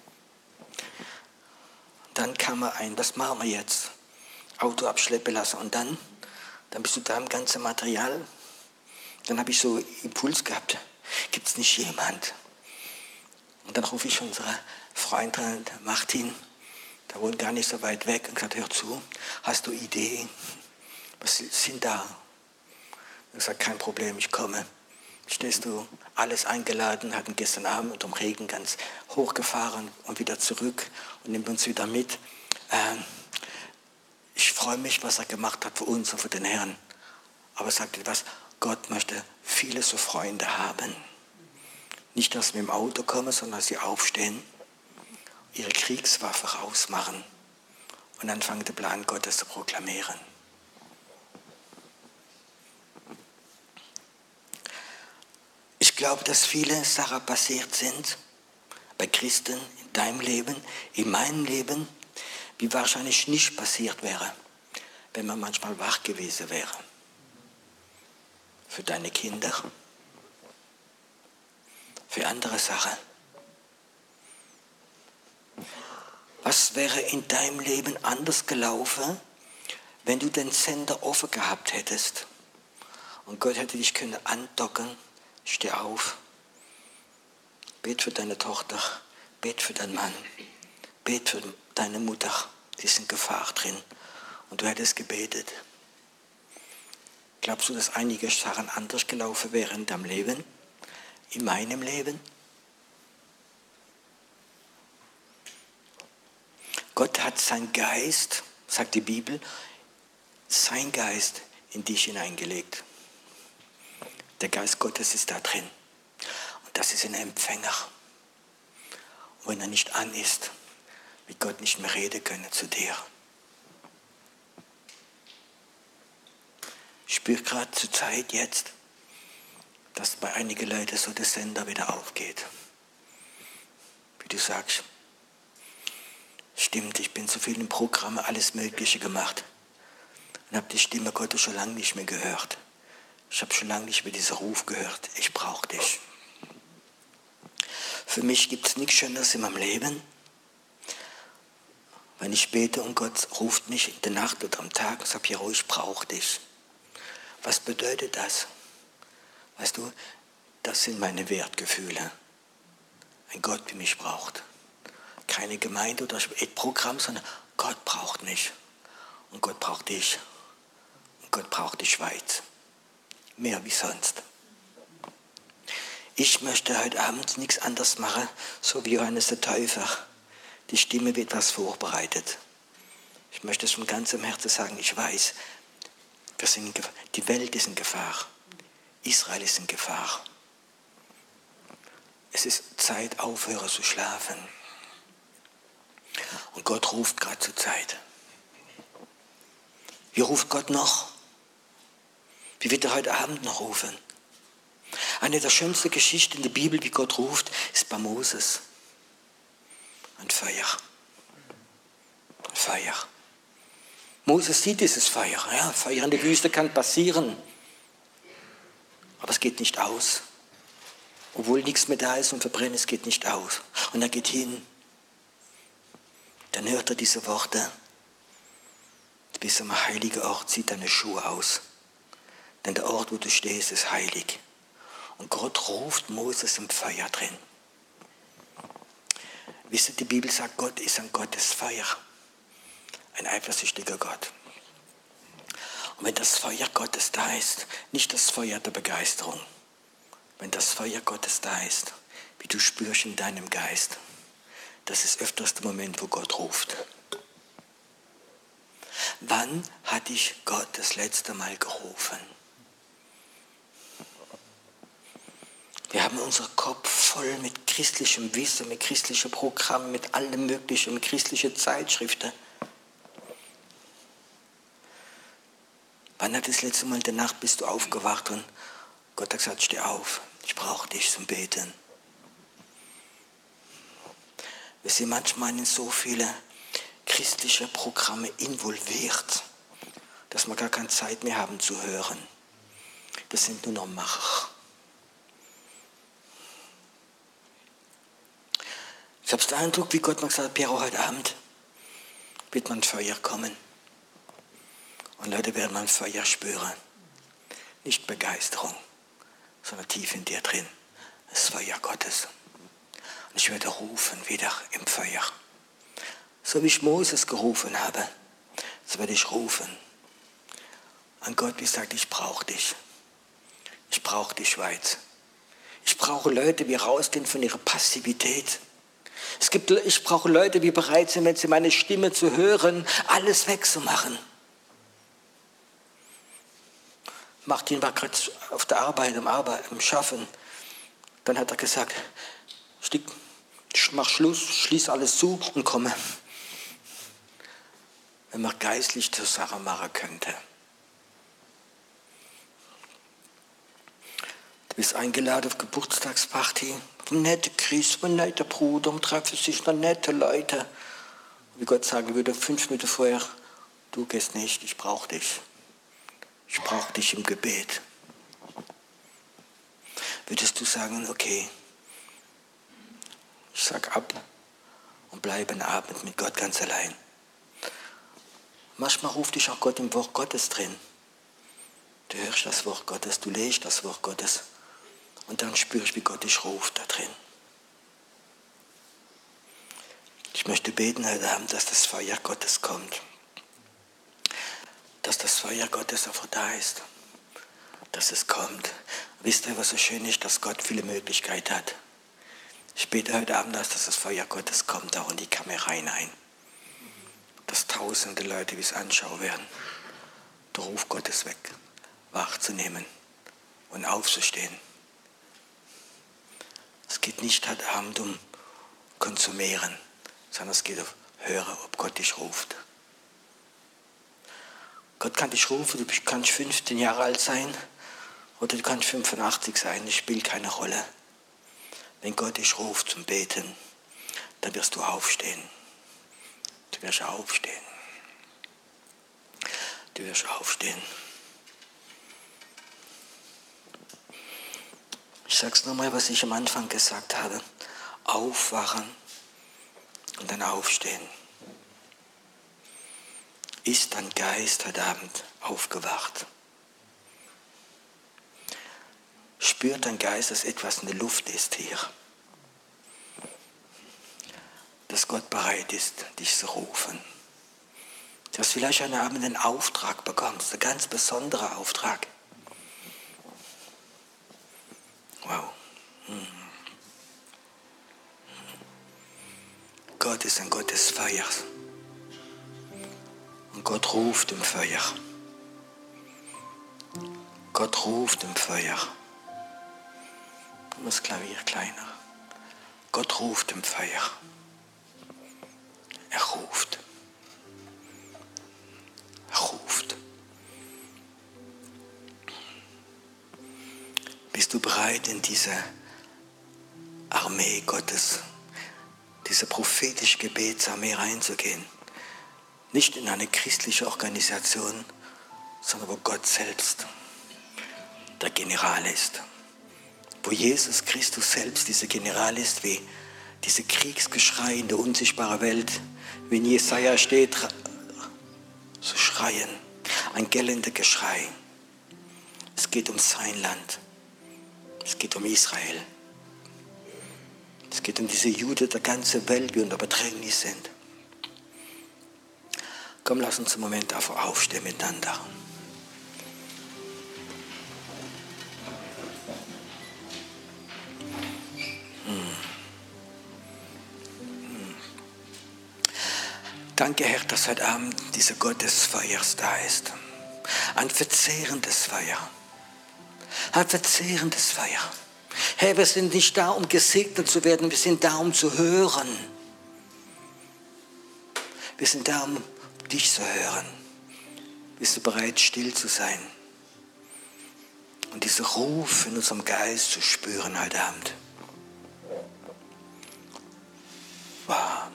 Dann kam mir ein, was machen wir jetzt? Auto abschleppen lassen und dann? Dann bist du da im ganzen Material. Dann habe ich so einen Impuls gehabt, gibt es nicht jemand? Und dann rufe ich unsere Freundin Martin, der wohnt gar nicht so weit weg, und gesagt, hör zu, hast du Ideen? Was sind da? Ich gesagt, kein Problem, ich komme. Stehst du, alles eingeladen, hatten gestern Abend unter dem Regen ganz hochgefahren und wieder zurück und nimmt uns wieder mit. Ähm, ich freue mich, was er gemacht hat für uns und für den Herrn. Aber er sagt etwas, Gott möchte viele so Freunde haben. Nicht, dass wir im Auto kommen, sondern dass sie aufstehen, ihre Kriegswaffe rausmachen und anfangen, den Plan Gottes zu proklamieren. Ich glaube, dass viele Sachen passiert sind, bei Christen, in deinem Leben, in meinem Leben, wie wahrscheinlich nicht passiert wäre, wenn man manchmal wach gewesen wäre. Für deine Kinder, für andere Sachen. Was wäre in deinem Leben anders gelaufen, wenn du den Sender offen gehabt hättest und Gott hätte dich können andocken? Steh auf, bet für deine Tochter, bet für deinen Mann, bet für deine Mutter, die ist in Gefahr drin und du hättest gebetet. Glaubst du, dass einige Sachen anders gelaufen wären in deinem Leben, in meinem Leben? Gott hat seinen Geist, sagt die Bibel, sein Geist in dich hineingelegt. Der Geist Gottes ist da drin. Und das ist ein Empfänger. Und wenn er nicht an ist, wird Gott nicht mehr reden können zu dir. Ich spüre gerade zur Zeit jetzt, dass bei einigen Leuten so der Sender wieder aufgeht. Wie du sagst, stimmt, ich bin so viel im Programm, alles Mögliche gemacht und habe die Stimme Gottes schon lange nicht mehr gehört. Ich habe schon lange nicht mehr diesen Ruf gehört, ich brauche dich. Für mich gibt es nichts Schöneres in meinem Leben, wenn ich bete und Gott ruft mich in der Nacht oder am Tag und sagt, Piero, ich brauche dich. Was bedeutet das? Weißt du, das sind meine Wertgefühle. Ein Gott, der mich braucht. Keine Gemeinde oder ein Programm, sondern Gott braucht mich. Und Gott braucht dich. Und Gott braucht die Schweiz. Mehr wie sonst. Ich möchte heute Abend nichts anderes machen, so wie Johannes der Täufer. Die Stimme wird was vorbereitet. Ich möchte es von ganzem Herzen sagen, ich weiß, wir sind in Gefahr. Die Welt ist in Gefahr. Israel ist in Gefahr. Es ist Zeit, aufhören zu schlafen. Und Gott ruft gerade zur Zeit. Wie ruft Gott noch? Wie wird er heute Abend noch rufen? Eine der schönsten Geschichten in der Bibel, wie Gott ruft, ist bei Moses. Ein Feuer. Ein Feuer. Moses sieht dieses Feuer. Ja, Feuer in der Wüste kann passieren. Aber es geht nicht aus. Obwohl nichts mehr da ist und verbrennt, es geht nicht aus. Und er geht hin. Dann hört er diese Worte. Du bist am heiligen Ort, zieh deine Schuhe aus. Denn der Ort, wo du stehst, ist heilig. Und Gott ruft Moses im Feuer drin. Wisst ihr, die Bibel sagt, Gott ist ein Gott des Feuer. Ein eifersüchtiger Gott. Und wenn das Feuer Gottes da ist, nicht das Feuer der Begeisterung, wenn das Feuer Gottes da ist, wie du spürst in deinem Geist, das ist öfters der Moment, wo Gott ruft. Wann hat dich Gott das letzte Mal gerufen? Wir haben unseren Kopf voll mit christlichem Wissen, mit christlichen Programmen, mit allem Möglichen, mit christlichen Zeitschriften. Wann hat das letzte Mal in der Nacht bist du aufgewacht und Gott hat gesagt, steh auf, ich brauche dich zum Beten. Wir sind manchmal in so viele christliche Programme involviert, dass wir gar keine Zeit mehr haben zu hören. Das sind nur noch Macher. Ich habe den Eindruck, wie Gott mir gesagt hat, Piero, heute Abend wird man Feuer kommen. Und Leute werden man Feuer spüren. Nicht Begeisterung, sondern tief in dir drin. Das Feuer Gottes. Und ich werde rufen wieder im Feuer. So wie ich Moses gerufen habe, so werde ich rufen. An Gott, wie sagt, ich brauche dich. Ich brauche die Schweiz. Ich brauche Leute, die rausgehen von ihrer Passivität. Es gibt, ich brauche Leute, die bereit sind, wenn sie meine Stimme zu hören, alles wegzumachen. Martin war gerade auf der Arbeit, am Arbeit, am Schaffen. Dann hat er gesagt, mach Schluss, schließ alles zu und komme. Wenn man geistlich zur Sache machen könnte. Du bist eingeladen auf Geburtstagsparty. Ein netter Christ, ein netter Bruder, und treffen sich noch nette Leute. Wie Gott sagen würde, fünf Minuten vorher, du gehst nicht, ich brauche dich. Ich brauche dich im Gebet. Würdest du sagen, okay, ich sag ab und bleibe einen Abend mit Gott ganz allein. Manchmal ruft dich auch Gott im Wort Gottes drin. Du hörst das Wort Gottes, du lesest das Wort Gottes und dann spürst, wie Gott dich ruft da drin. Ich möchte beten heute Abend, dass das Feuer Gottes kommt. Dass das Feuer Gottes einfach da ist. Dass es kommt. Wisst ihr, was so schön ist, dass Gott viele Möglichkeiten hat. Ich bete heute Abend, dass das Feuer Gottes kommt, auch in die Kamera hinein. Dass tausende Leute, wie es anschauen werden, den Ruf Gottes weg, wahrzunehmen und aufzustehen. Es geht nicht heute Abend um Konsumieren, sondern es geht um Hören, ob Gott dich ruft. Gott kann dich rufen, du kannst fünfzehn Jahre alt sein oder du kannst fünfundachtzig sein, das spielt keine Rolle. Wenn Gott dich ruft zum Beten, dann wirst du aufstehen. Du wirst aufstehen. Du wirst aufstehen. Ich sage es nochmal, was ich am Anfang gesagt habe. Aufwachen und dann aufstehen. Ist dein Geist heute Abend aufgewacht? Spürt dein Geist, dass etwas in der Luft ist hier? Dass Gott bereit ist, dich zu rufen. Dass vielleicht heute Abend einen Auftrag bekommst, einen ganz besonderen Auftrag. Wow. Hm. Gott ist ein Gott des Feuers. Und Gott ruft im Feuer. Gott ruft im Feuer. Das Klavier kleiner. Gott ruft im Feuer. Er ruft. Er ruft. Bist du bereit, in diese Armee Gottes, diese prophetische Gebetsarmee reinzugehen? Nicht in eine christliche Organisation, sondern wo Gott selbst der General ist. Wo Jesus Christus selbst dieser General ist, wie diese Kriegsgeschrei in der unsichtbaren Welt, wie in Jesaja steht, so schreien, ein gellender Geschrei. Es geht um sein Land. Es geht um Israel. Es geht um diese Juden der ganzen Welt, die unter Bedrängnis sind. Komm, lass uns einen Moment einfach aufstehen miteinander. Hm. Hm. Danke, Herr, dass heute Abend dieser Gott des Feuers da ist. Ein verzehrendes Feuer. Ein verzehrendes Feuer. Herr, wir sind nicht da, um gesegnet zu werden, wir sind da, um zu hören. Wir sind da, um dich zu hören. Bist du bereit, still zu sein? Und diesen Ruf in unserem Geist zu spüren heute Abend. Wow.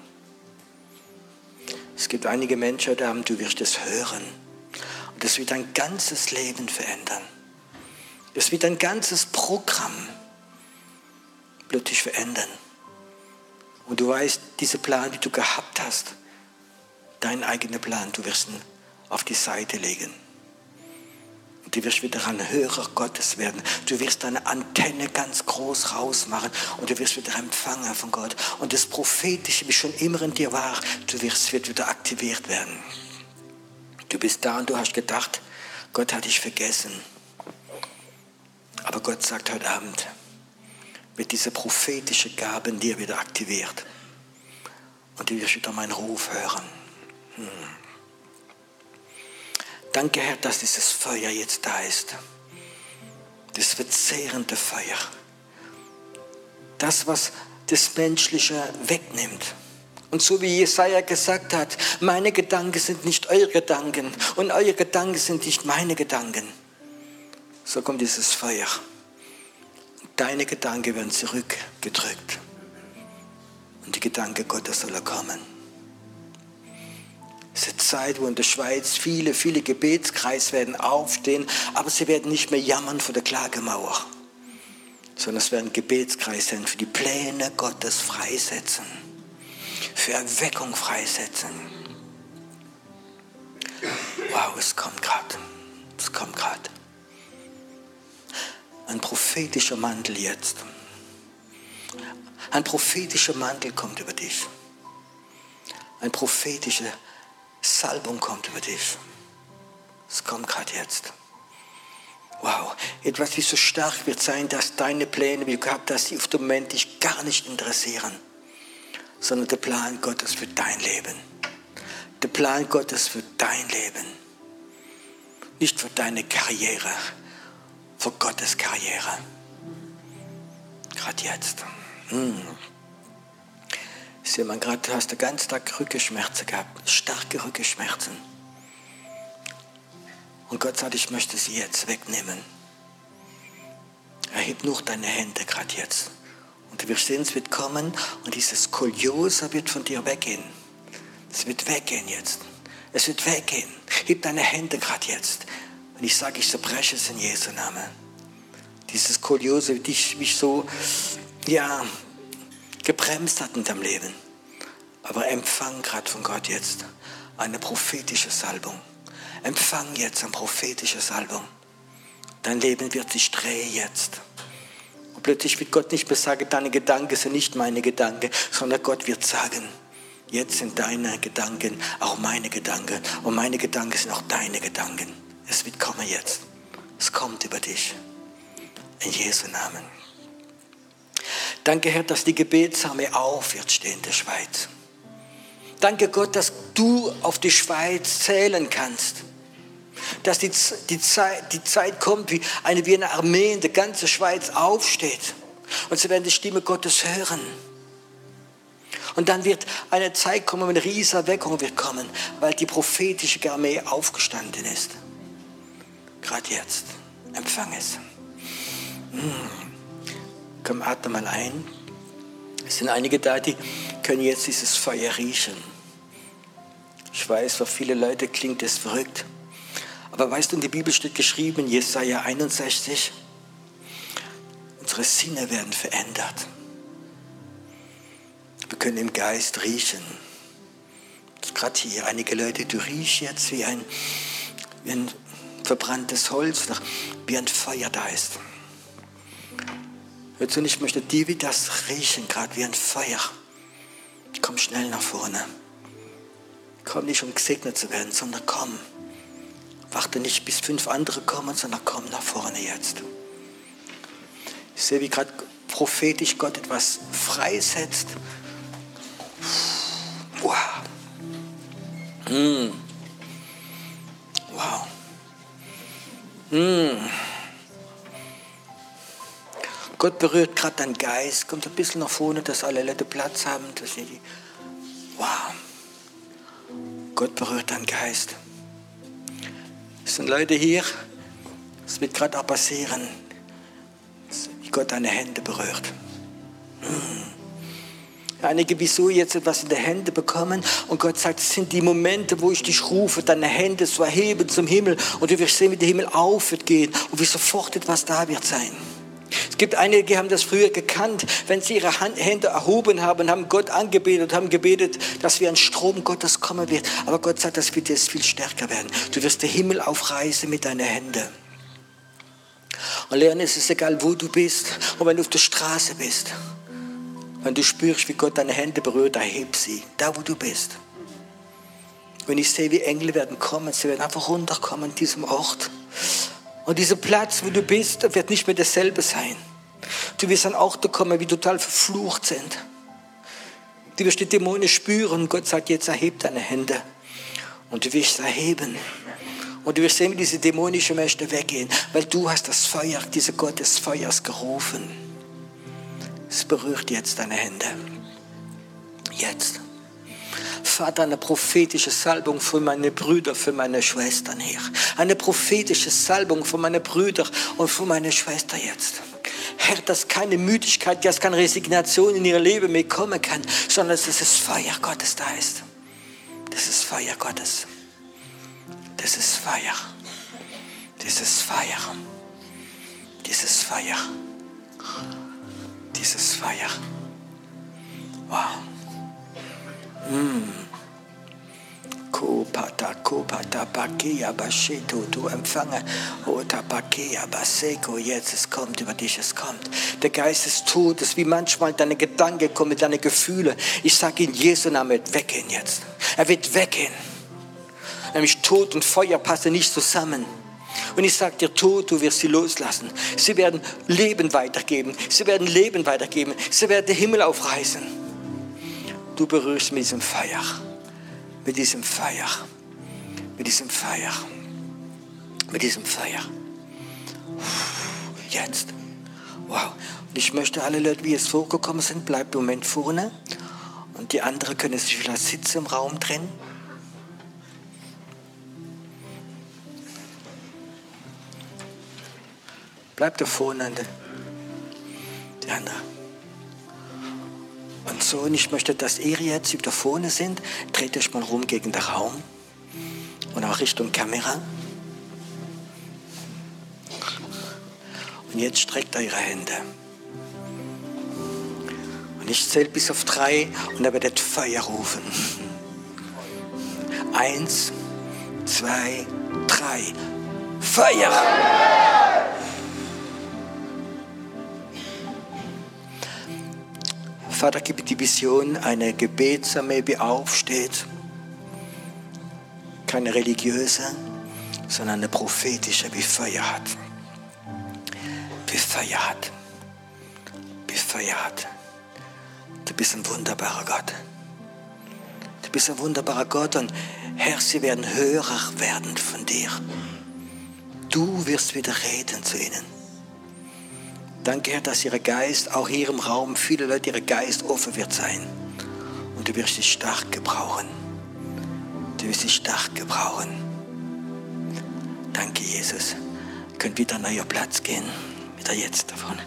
Es gibt einige Menschen heute Abend, du wirst es hören. Und das wird dein ganzes Leben verändern. Das wird dein ganzes Programm plötzlich verändern. Und du weißt, dieser Plan, den du gehabt hast, dein eigener Plan, du wirst ihn auf die Seite legen. Und du wirst wieder ein Hörer Gottes werden. Du wirst deine Antenne ganz groß rausmachen und du wirst wieder Empfänger von Gott. Und das Prophetische, wie schon immer in dir war, du wirst, wird wieder aktiviert werden. Du bist da und du hast gedacht, Gott hat dich vergessen. Aber Gott sagt heute Abend, wird diese prophetische Gabe in dir wieder aktiviert. Und du wirst wieder meinen Ruf hören. Hm. Danke, Herr, dass dieses Feuer jetzt da ist. Das verzehrende Feuer. Das, was das Menschliche wegnimmt. Und so wie Jesaja gesagt hat, meine Gedanken sind nicht eure Gedanken und eure Gedanken sind nicht meine Gedanken. So kommt dieses Feuer. Deine Gedanken werden zurückgedrückt. Und die Gedanken Gottes sollen kommen. Es ist eine Zeit, wo in der Schweiz viele, viele Gebetskreise werden aufstehen, aber sie werden nicht mehr jammern vor der Klagemauer, sondern es werden Gebetskreise sein, für die Pläne Gottes freisetzen, für Erweckung freisetzen. Wow, es kommt gerade. Es kommt gerade. Ein prophetischer Mantel jetzt. Ein prophetischer Mantel kommt über dich. Ein prophetischer Salbung kommt über dich. Es kommt gerade jetzt. Wow, etwas, die so stark wird sein, dass deine Pläne, wie du gehabt hast, die auf dem Moment dich gar nicht interessieren, sondern der Plan Gottes für dein Leben. Der Plan Gottes für dein Leben. Nicht für deine Karriere, für Gottes Karriere. Gerade jetzt. Hm. Sieh mal, gerade du hast den ganzen Tag Rückenschmerzen gehabt, starke Rückenschmerzen. Und Gott sagt, ich möchte sie jetzt wegnehmen. Erheb nur deine Hände gerade jetzt. Und du wirst sehen, es wird kommen und dieses Skoliose wird von dir weggehen. Es wird weggehen jetzt. Es wird weggehen. Heb deine Hände gerade jetzt. Und ich sage, ich zerbreche es in Jesu Namen. Dieses Skoliose, die mich so, ja, gebremst hat in deinem Leben. Aber empfang gerade von Gott jetzt eine prophetische Salbung. Empfang jetzt eine prophetische Salbung. Dein Leben wird sich drehen jetzt. Und plötzlich wird Gott nicht mehr sagen, deine Gedanken sind nicht meine Gedanken, sondern Gott wird sagen, jetzt sind deine Gedanken auch meine Gedanken und meine Gedanken sind auch deine Gedanken. Es wird kommen jetzt. Es kommt über dich. In Jesu Namen. Danke, Herr, dass die Gebetsarmee aufwärts steht in der Schweiz. Danke, Gott, dass du auf die Schweiz zählen kannst. Dass die, die, Zeit, die Zeit kommt, wie eine, wie eine Armee in der ganzen Schweiz aufsteht. Und sie werden die Stimme Gottes hören. Und dann wird eine Zeit kommen, eine riesige Erweckung wird kommen, weil die prophetische Armee aufgestanden ist. Gerade jetzt. Empfang es. Hm. Komm, atme mal ein. Es sind einige da, die können jetzt dieses Feuer riechen. Ich weiß, für viele Leute klingt das verrückt. Aber weißt du, in der Bibel steht geschrieben, in Jesaja einundsechzig, unsere Sinne werden verändert. Wir können im Geist riechen. Gerade hier, einige Leute, du riechst jetzt wie ein, wie ein verbranntes Holz, wie ein Feuer da ist. Hörst du, ich möchte dir wie das riechen, gerade wie ein Feuer. Komm schnell nach vorne. Komm nicht, um gesegnet zu werden, sondern komm. Warte nicht, bis fünf andere kommen, sondern komm nach vorne jetzt. Ich sehe, wie gerade prophetisch Gott etwas freisetzt. Wow. Mm. Wow. Mm. Gott berührt gerade deinen Geist. Kommt ein bisschen nach vorne, dass alle Leute Platz haben. Dass die wow. Gott berührt deinen Geist. Es sind Leute hier, es wird gerade auch passieren, wie Gott deine Hände berührt. Einige, wieso jetzt etwas in die Hände bekommen und Gott sagt, es sind die Momente, wo ich dich rufe, deine Hände zu erheben zum Himmel und du wirst sehen, wie der Himmel auf wird gehen und wie sofort etwas da wird sein. Es gibt einige, die haben das früher gekannt, wenn sie ihre Hände erhoben haben, haben Gott angebetet, haben gebetet, dass wie ein Strom Gottes kommen wird. Aber Gott sagt, das wird jetzt viel stärker werden. Du wirst den Himmel aufreißen mit deinen Händen. Und lernen, es ist egal, wo du bist und wenn du auf der Straße bist. Wenn du spürst, wie Gott deine Hände berührt, erheb sie, da wo du bist. Wenn ich sehe, wie Engel werden kommen, sie werden einfach runterkommen an diesem Ort. Und dieser Platz, wo du bist, wird nicht mehr dasselbe sein. Du wirst an Orte kommen, die total verflucht sind. Du wirst die Dämonen spüren. Gott sagt, jetzt erheb deine Hände. Und du wirst erheben. Und du wirst sehen, wie diese dämonischen Mächte weggehen. Weil du hast das Feuer, diese Gott des Feuers gerufen. Es berührt jetzt deine Hände. Jetzt. Vater, eine prophetische Salbung für meine Brüder, für meine Schwestern hier. Eine prophetische Salbung für meine Brüder und für meine Schwester jetzt. Herr, dass keine Müdigkeit, dass keine Resignation in ihr Leben mehr kommen kann, sondern dass das Feuer Gottes da ist. Das ist Feuer Gottes. Das ist Feuer. Dieses Feuer. Dieses Feuer. Dieses Feuer. Wow. Mm. Kopata, kopata, pakea, basheto, du empfange, ota, pakea, baseko, jetzt, es kommt über dich, es kommt. Der Geist des Todes, wie manchmal deine Gedanken kommen, deine Gefühle. Ich sage in Jesu Namen, er wird weggehen jetzt. Er wird weggehen. Nämlich Tod und Feuer passen nicht zusammen. Und ich sage dir, Tod, du wirst sie loslassen. Sie werden Leben weitergeben. Sie werden Leben weitergeben. Sie werden den Himmel aufreißen. Du berührst mit diesem Feuer, mit diesem Feuer, mit diesem Feuer, mit diesem Feuer. Jetzt. Wow. Und ich möchte alle Leute, wie es vorgekommen sind, bleibt im Moment vorne. Und die anderen können sich vielleicht sitzen im Raum drin. Bleibt da vorne, die anderen. Und so, und ich möchte, dass ihr jetzt da vorne sind, dreht euch mal rum gegen den Raum und auch Richtung Kamera. Und jetzt streckt eure Hände. Und ich zähle bis auf drei und dann werdet Feuer rufen. Eins, zwei, drei. Feuer! Vater, gib die Vision, eine Gebetsarmee, die aufsteht. Keine religiöse, sondern eine prophetische, wie Feuer hat. Wie Feuer hat. Wie Feuer hat. Du bist ein wunderbarer Gott. Du bist ein wunderbarer Gott und Herr, sie werden Hörer werden von dir. Du wirst wieder reden zu ihnen. Danke, Herr, dass Ihr Geist, auch hier im Raum, viele Leute, Ihr Geist offen wird sein. Und du wirst sie stark gebrauchen. Du wirst sie stark gebrauchen. Danke, Jesus. Ihr könnt wieder an euer Platz gehen. Wieder jetzt davon.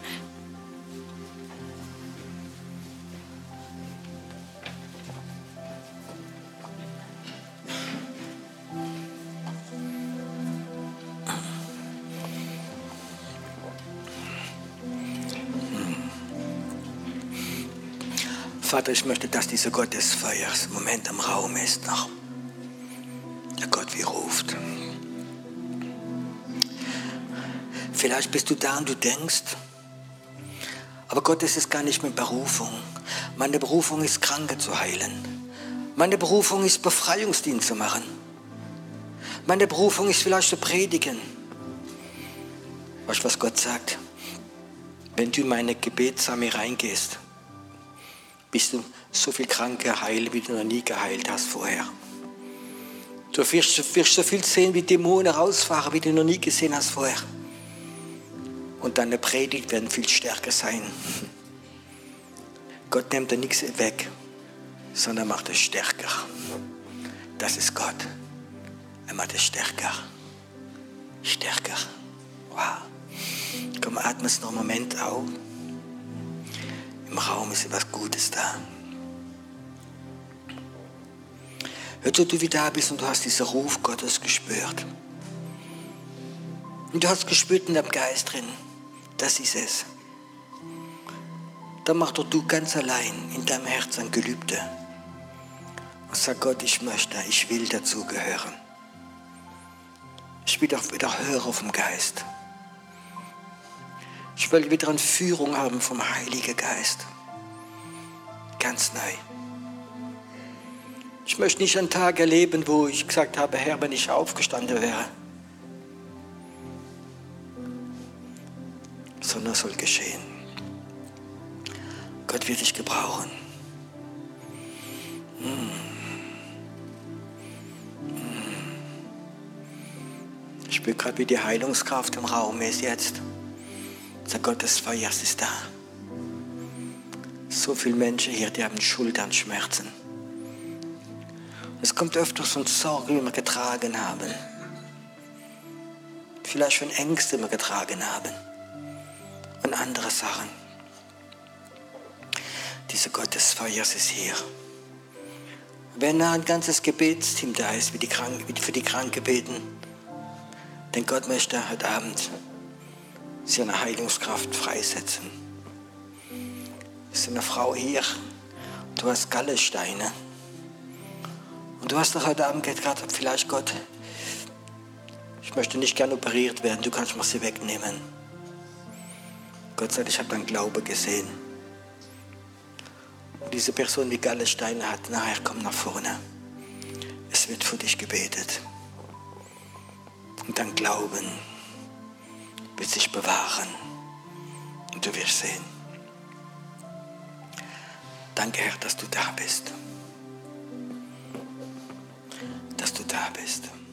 Vater, ich möchte, dass dieser Gottesfeuer im Moment im Raum ist noch. Der Gott wie ruft. Vielleicht bist du da und du denkst, aber Gott, das ist gar nicht meine Berufung. Meine Berufung ist, Kranke zu heilen. Meine Berufung ist, Befreiungsdienst zu machen. Meine Berufung ist vielleicht zu predigen. Weißt du, was Gott sagt? Wenn du in meine Gebetsarmee reingehst, bist du so viel Kranke heilen, wie du noch nie geheilt hast vorher. Du wirst, wirst so viel sehen, wie Dämonen rausfahren, wie du noch nie gesehen hast vorher. Und deine Predigt werden viel stärker sein. Gott nimmt dir nichts weg, sondern macht es stärker. Das ist Gott. Er macht es stärker. Stärker. Wow. Komm, atme es noch einen Moment auf. Im Raum ist etwas Gutes da. Hör zu, du wie da bist und du hast diesen Ruf Gottes gespürt. Und du hast gespürt in deinem Geist drin, das ist es. Dann mach doch du ganz allein in deinem Herzen ein Gelübde. Und sag Gott, ich möchte, ich will dazu gehören. Ich will doch wieder hören vom Geist. Ich will wieder eine Führung haben vom Heiligen Geist. Ganz neu. Ich möchte nicht einen Tag erleben, wo ich gesagt habe, Herr, wenn ich aufgestanden wäre. Sondern es soll geschehen. Gott wird dich gebrauchen. Hm. Hm. Ich spüre gerade, wie die Heilungskraft im Raum ist jetzt. Sag Gott, das Feuer ist da. So viele Menschen hier, die haben Schulternschmerzen. Es kommt öfters von Sorgen, die wir getragen haben. Vielleicht von Ängsten, die wir getragen haben. Und andere Sachen. Dieser Gott des Feuers ist hier. Wenn ein ganzes Gebetsteam da ist, wie die Kranken, wie für die Kranken beten, denn Gott möchte heute Abend sie eine Heilungskraft freisetzen. Es ist eine Frau hier, du hast Gallensteine. Und du hast doch heute Abend gerade, vielleicht Gott, ich möchte nicht gern operiert werden, du kannst mir sie wegnehmen. Gott sagt, ich habe deinen Glaube gesehen. Und diese Person, die Gallensteine hat, nachher komm nach vorne. Es wird für dich gebetet. Und dein Glauben wird sich bewahren. Und du wirst sehen. Danke, Herr, dass du da bist. Dass du da bist.